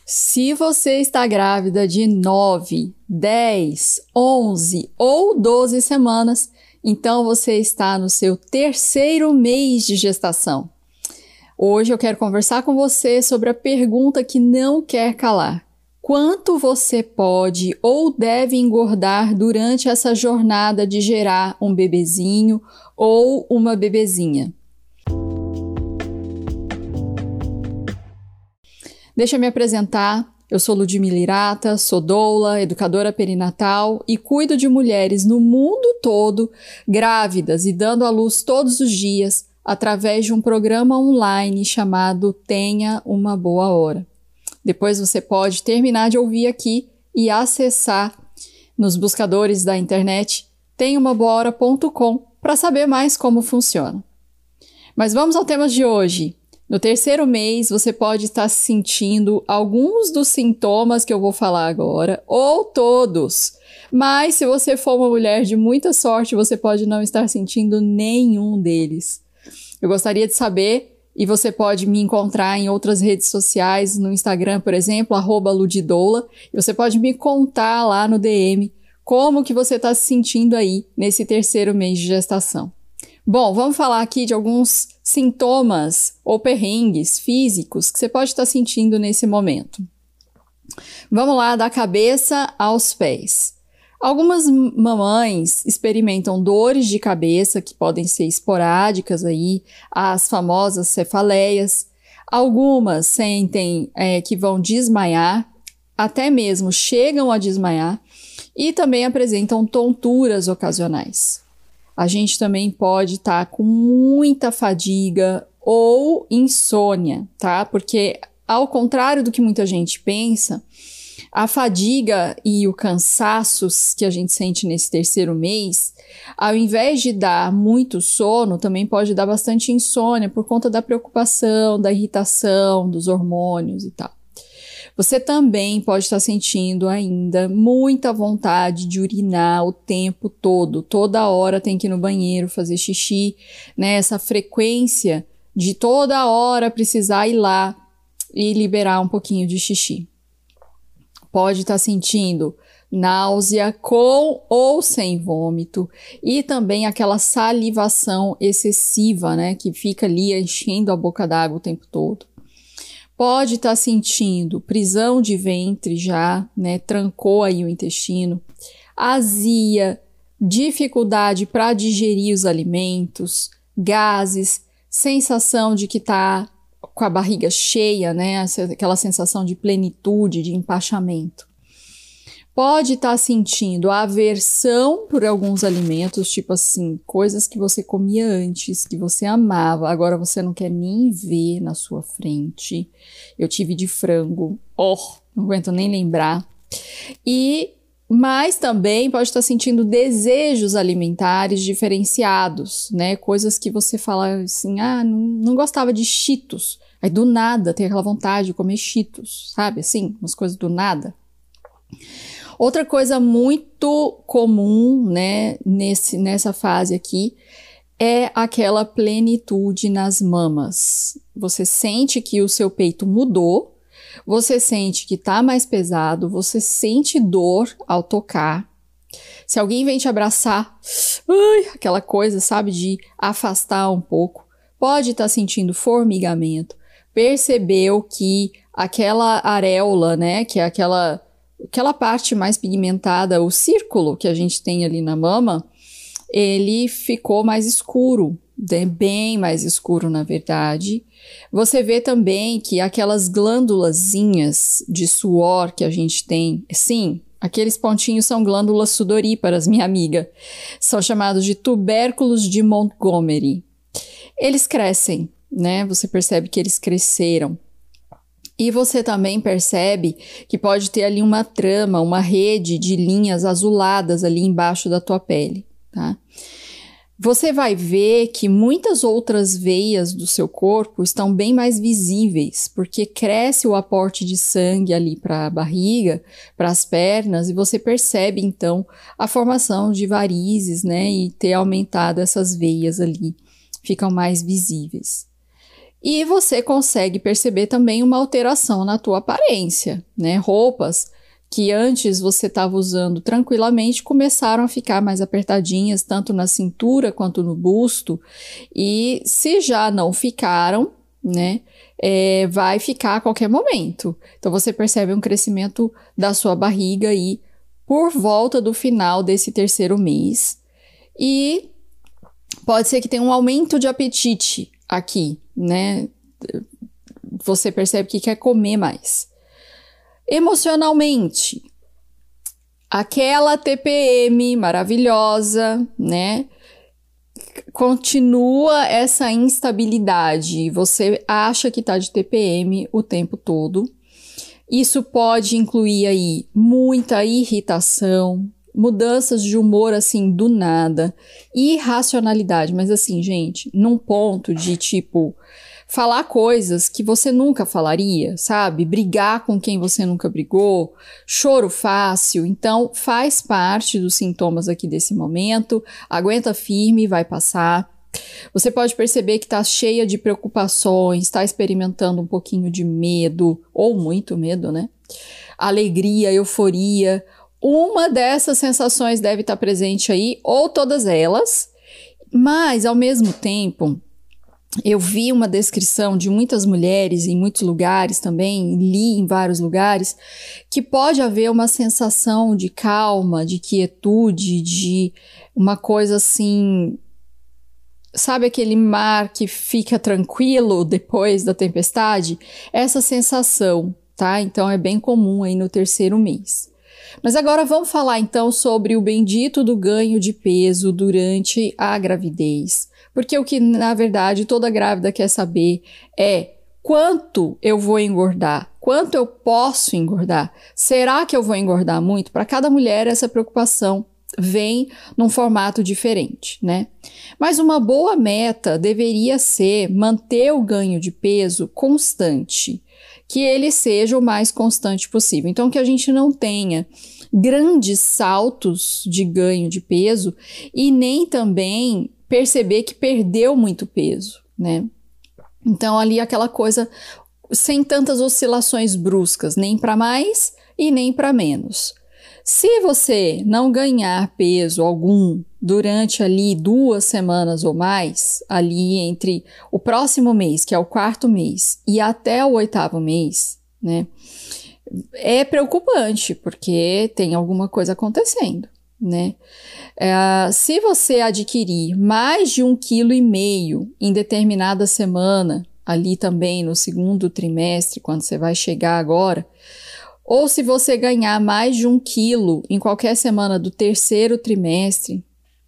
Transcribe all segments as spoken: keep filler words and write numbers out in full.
Se você está grávida de nove, dez, onze ou doze semanas, então você está no seu terceiro mês de gestação. Hoje eu quero conversar com você sobre a pergunta que não quer calar. Quanto você pode ou deve engordar durante essa jornada de gerar um bebezinho ou uma bebezinha? Deixa eu me apresentar, eu sou Ludmila Irata, sou doula, educadora perinatal e cuido de mulheres no mundo todo, grávidas e dando à luz todos os dias, através de um programa online chamado Tenha uma Boa Hora. Depois você pode terminar de ouvir aqui e acessar nos buscadores da internet tenha uma boa hora ponto com para saber mais como funciona. Mas vamos ao tema de hoje. No terceiro mês, você pode estar sentindo alguns dos sintomas que eu vou falar agora, ou todos. Mas se você for uma mulher de muita sorte, você pode não estar sentindo nenhum deles. Eu gostaria de saber, e você pode me encontrar em outras redes sociais, no Instagram, por exemplo, arroba ludidoula, e você pode me contar lá no D M como que você está se sentindo aí nesse terceiro mês de gestação. Bom, vamos falar aqui de alguns sintomas ou perrengues físicos que você pode estar sentindo nesse momento. Vamos lá, da cabeça aos pés. Algumas mamães experimentam dores de cabeça que podem ser esporádicas aí, as famosas cefaleias. Algumas sentem é, que vão desmaiar, até mesmo chegam a desmaiar e também apresentam tonturas ocasionais. A gente também pode estar com muita fadiga ou insônia, tá? Porque, ao contrário do que muita gente pensa, a fadiga e o cansaço que a gente sente nesse terceiro mês, ao invés de dar muito sono, também pode dar bastante insônia por conta da preocupação, da irritação, dos hormônios e tal. Você também pode estar sentindo ainda muita vontade de urinar o tempo todo. Toda hora tem que ir no banheiro fazer xixi, né? Essa frequência de toda hora precisar ir lá e liberar um pouquinho de xixi. Pode estar sentindo náusea com ou sem vômito e também aquela salivação excessiva, né? Que fica ali enchendo a boca d'água o tempo todo. Pode estar sentindo prisão de ventre já, né? Trancou aí o intestino, azia, dificuldade para digerir os alimentos, gases, sensação de que está com a barriga cheia, né? Aquela sensação de plenitude, de empachamento. Pode estar sentindo aversão por alguns alimentos, tipo assim, coisas que você comia antes, que você amava, agora você não quer nem ver na sua frente. Eu tive de frango, oh, não aguento nem lembrar. E, mas também pode estar sentindo desejos alimentares diferenciados, né? Coisas que você fala assim, ah, não, não gostava de Cheetos. Aí do nada tem aquela vontade de comer Cheetos, sabe? Assim, umas coisas do nada. Outra coisa muito comum, né, nesse, nessa fase aqui, é aquela plenitude nas mamas. Você sente que o seu peito mudou, você sente que tá mais pesado, você sente dor ao tocar. Se alguém vem te abraçar, ai, aquela coisa, sabe, de afastar um pouco, pode estar sentindo formigamento, percebeu que aquela areola, né, que é aquela... Aquela parte mais pigmentada, o círculo que a gente tem ali na mama, ele ficou mais escuro, bem mais escuro na verdade. Você vê também que aquelas glândulazinhas de suor que a gente tem, sim, aqueles pontinhos são glândulas sudoríparas, minha amiga, são chamados de tubérculos de Montgomery. Eles crescem, né? Você percebe que eles cresceram. E você também percebe que pode ter ali uma trama, uma rede de linhas azuladas ali embaixo da tua pele, tá? Você vai ver que muitas outras veias do seu corpo estão bem mais visíveis, porque cresce o aporte de sangue ali para a barriga, para as pernas, e você percebe então a formação de varizes, né? E ter aumentado essas veias ali, ficam mais visíveis. E você consegue perceber também uma alteração na tua aparência, né? Roupas que antes você estava usando tranquilamente começaram a ficar mais apertadinhas, tanto na cintura quanto no busto. E se já não ficaram, né, é, vai ficar a qualquer momento. Então você percebe um crescimento da sua barriga aí por volta do final desse terceiro mês. E pode ser que tenha um aumento de apetite aqui, né? Você percebe que quer comer mais. Emocionalmente, aquela T P M maravilhosa, né? Continua essa instabilidade. Você acha que tá de T P M o tempo todo. Isso pode incluir aí muita irritação, mudanças de humor assim do nada, irracionalidade, mas assim, gente, num ponto de tipo falar coisas que você nunca falaria, sabe? Brigar com quem você nunca brigou, choro fácil. Então, faz parte dos sintomas aqui desse momento. Aguenta firme, vai passar. Você pode perceber que está cheia de preocupações, está experimentando um pouquinho de medo, ou muito medo, né? Alegria, euforia. Uma dessas sensações deve estar presente aí, ou todas elas. Mas, ao mesmo tempo, eu vi uma descrição de muitas mulheres em muitos lugares também, li em vários lugares, que pode haver uma sensação de calma, de quietude, de uma coisa assim, sabe aquele mar que fica tranquilo depois da tempestade? Essa sensação, tá? Então é bem comum aí no terceiro mês. Mas agora vamos falar então sobre o bendito do ganho de peso durante a gravidez. Porque o que, na verdade, toda grávida quer saber é quanto eu vou engordar, quanto eu posso engordar. Será que eu vou engordar muito? Para cada mulher, essa preocupação vem num formato diferente, né? Mas uma boa meta deveria ser manter o ganho de peso constante, que ele seja o mais constante possível. Então, que a gente não tenha grandes saltos de ganho de peso e nem também perceber que perdeu muito peso, né? Então, ali aquela coisa sem tantas oscilações bruscas, nem para mais e nem para menos. Se você não ganhar peso algum durante ali duas semanas ou mais, ali entre o próximo mês, que é o quarto mês, e até o oitavo mês, né? É preocupante, porque tem alguma coisa acontecendo, né? É, se você adquirir mais de um quilo e meio em determinada semana, ali também no segundo trimestre, quando você vai chegar agora, ou se você ganhar mais de um quilo em qualquer semana do terceiro trimestre,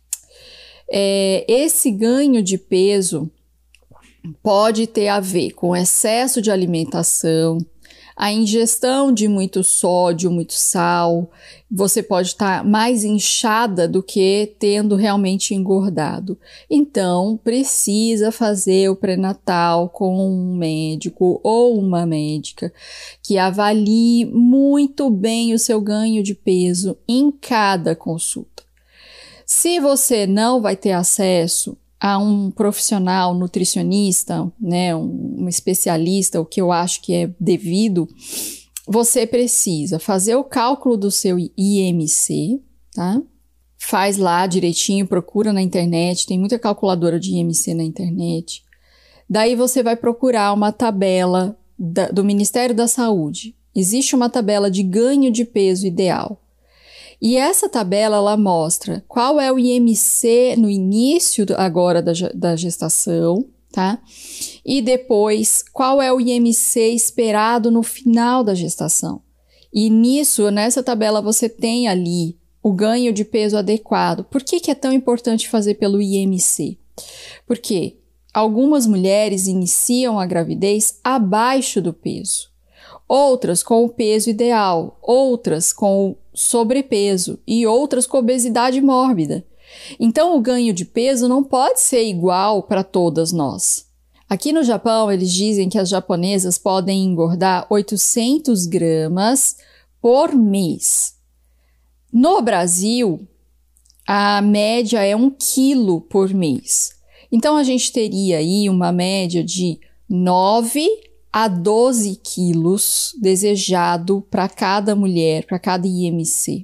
é, esse ganho de peso pode ter a ver com excesso de alimentação, a ingestão de muito sódio, muito sal. Você pode estar mais inchada do que tendo realmente engordado. Então, precisa fazer o pré-natal com um médico ou uma médica que avalie muito bem o seu ganho de peso em cada consulta. Se você não vai ter acesso a um profissional nutricionista, né, um, um especialista, o que eu acho que é devido, você precisa fazer o cálculo do seu I M C, tá? Faz lá direitinho, procura na internet, tem muita calculadora de I M C na internet. Daí você vai procurar uma tabela da, do Ministério da Saúde. Existe uma tabela de ganho de peso ideal. E essa tabela, ela mostra qual é o I M C no início agora da, da gestação, tá? E depois, qual é o I M C esperado no final da gestação. E nisso, nessa tabela, você tem ali o ganho de peso adequado. Por que que é tão importante fazer pelo I M C? Porque algumas mulheres iniciam a gravidez abaixo do peso. Outras com o peso ideal, outras com sobrepeso e outras com obesidade mórbida. Então, o ganho de peso não pode ser igual para todas nós. Aqui no Japão, eles dizem que as japonesas podem engordar oitocentos gramas por mês. No Brasil, a média é um quilo por mês. Então, a gente teria aí uma média de nove a doze quilos desejado para cada mulher, para cada I M C.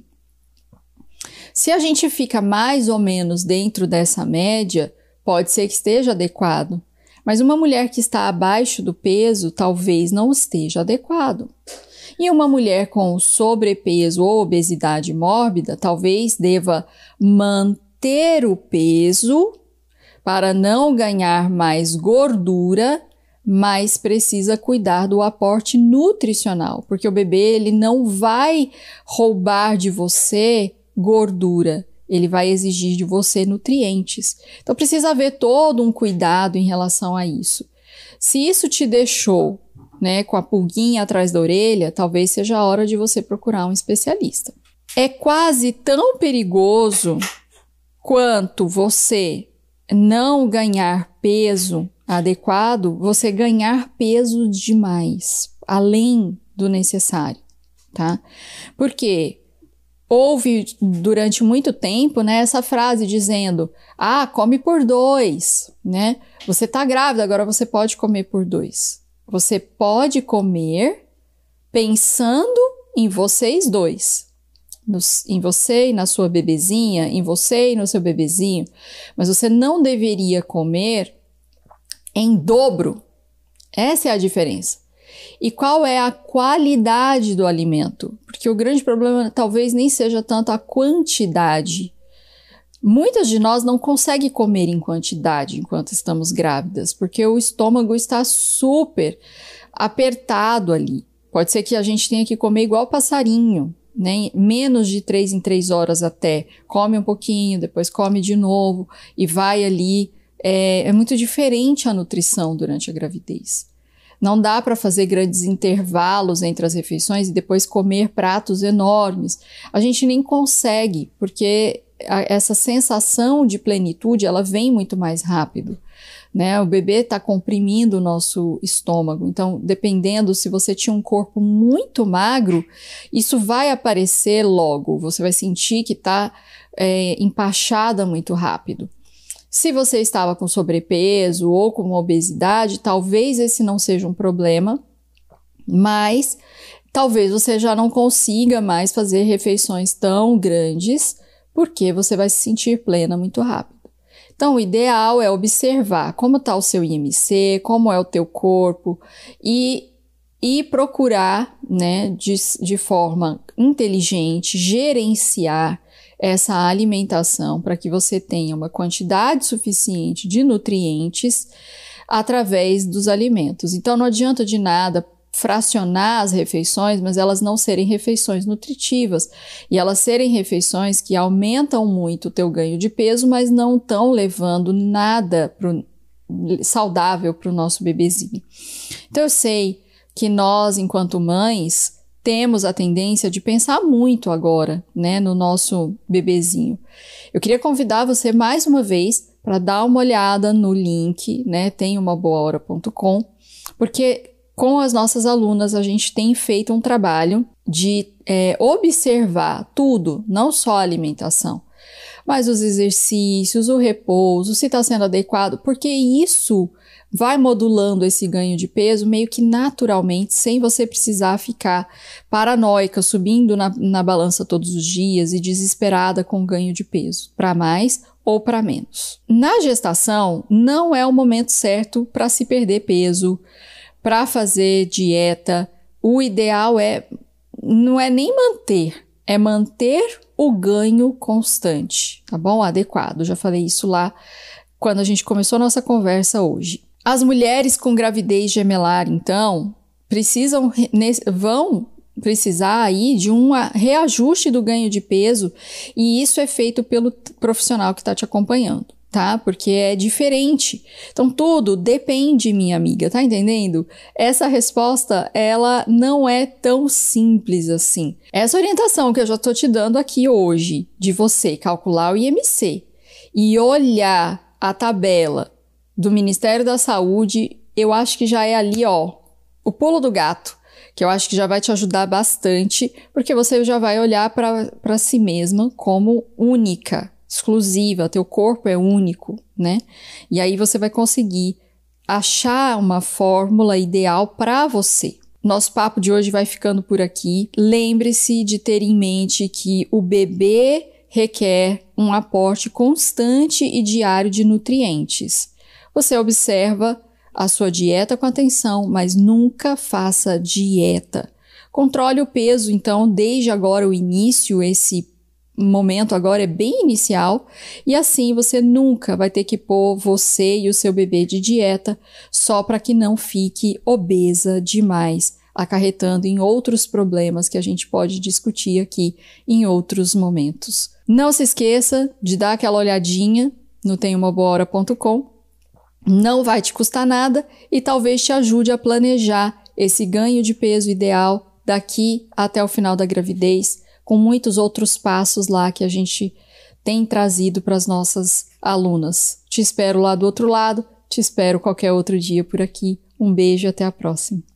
Se a gente fica mais ou menos dentro dessa média, pode ser que esteja adequado, mas uma mulher que está abaixo do peso talvez não esteja adequado. E uma mulher com sobrepeso ou obesidade mórbida talvez deva manter o peso para não ganhar mais gordura, mas precisa cuidar do aporte nutricional, porque o bebê ele não vai roubar de você gordura, ele vai exigir de você nutrientes. Então precisa haver todo um cuidado em relação a isso. Se isso te deixou, né, com a pulguinha atrás da orelha, talvez seja a hora de você procurar um especialista. É quase tão perigoso quanto você não ganhar peso adequado, você ganhar peso demais, além do necessário, tá? Porque houve durante muito tempo, né, essa frase dizendo, ah, come por dois, né? Você tá grávida, agora você pode comer por dois. Você pode comer pensando em vocês dois. No, em você e na sua bebezinha, em você e no seu bebezinho. Mas você não deveria comer em dobro. Essa é a diferença. E qual é a qualidade do alimento? Porque o grande problema talvez nem seja tanto a quantidade. Muitas de nós não conseguem comer em quantidade enquanto estamos grávidas, porque o estômago está super apertado ali. Pode ser que a gente tenha que comer igual passarinho, né? Menos de três em três horas até. Come um pouquinho, depois come de novo e vai ali. É, é muito diferente a nutrição durante a gravidez. Não dá para fazer grandes intervalos entre as refeições e depois comer pratos enormes. A gente nem consegue, porque a, essa sensação de plenitude, ela vem muito mais rápido, né? O bebê está comprimindo o nosso estômago. Então, dependendo se você tinha um corpo muito magro, isso vai aparecer logo. Você vai sentir que está é, empachada muito rápido. Se você estava com sobrepeso ou com obesidade, talvez esse não seja um problema, mas talvez você já não consiga mais fazer refeições tão grandes, porque você vai se sentir plena muito rápido. Então, o ideal é observar como está o seu I M C, como é o teu corpo e, e procurar, né, de, de forma inteligente, gerenciar essa alimentação para que você tenha uma quantidade suficiente de nutrientes através dos alimentos. Então não adianta de nada fracionar as refeições, mas elas não serem refeições nutritivas e elas serem refeições que aumentam muito o teu ganho de peso, mas não estão levando nada pro, saudável para o nosso bebezinho. Então eu sei que nós, enquanto mães, temos a tendência de pensar muito agora, né, no nosso bebezinho. Eu queria convidar você mais uma vez para dar uma olhada no link, né, tem uma boa hora ponto com, porque com as nossas alunas a gente tem feito um trabalho de é, observar tudo, não só a alimentação, mas os exercícios, o repouso, se está sendo adequado, porque isso vai modulando esse ganho de peso meio que naturalmente, sem você precisar ficar paranoica, subindo na, na balança todos os dias e desesperada com o ganho de peso, para mais ou para menos. Na gestação, não é o momento certo para se perder peso, para fazer dieta. O ideal é, não é nem manter, é manter o ganho constante, tá bom? Adequado, já falei isso lá quando a gente começou a nossa conversa hoje. As mulheres com gravidez gemelar, então, precisam, vão precisar aí de um reajuste do ganho de peso e isso é feito pelo profissional que está te acompanhando, tá? Porque é diferente. Então, tudo depende, minha amiga, tá entendendo? Essa resposta, ela não é tão simples assim. Essa orientação que eu já estou te dando aqui hoje, de você calcular o I M C e olhar a tabela do Ministério da Saúde, eu acho que já é ali, ó, o pulo do gato, que eu acho que já vai te ajudar bastante, porque você já vai olhar para si mesma como única, exclusiva, teu corpo é único, né? E aí você vai conseguir achar uma fórmula ideal para você. Nosso papo de hoje vai ficando por aqui. Lembre-se de ter em mente que o bebê requer um aporte constante e diário de nutrientes. Você observa a sua dieta com atenção, mas nunca faça dieta. Controle o peso, então, desde agora o início, esse momento agora é bem inicial, e assim você nunca vai ter que pôr você e o seu bebê de dieta só para que não fique obesa demais, acarretando em outros problemas que a gente pode discutir aqui em outros momentos. Não se esqueça de dar aquela olhadinha no tem uma boa hora ponto com. Não vai te custar nada e talvez te ajude a planejar esse ganho de peso ideal daqui até o final da gravidez, com muitos outros passos lá que a gente tem trazido para as nossas alunas. Te espero lá do outro lado, te espero qualquer outro dia por aqui. Um beijo e até a próxima.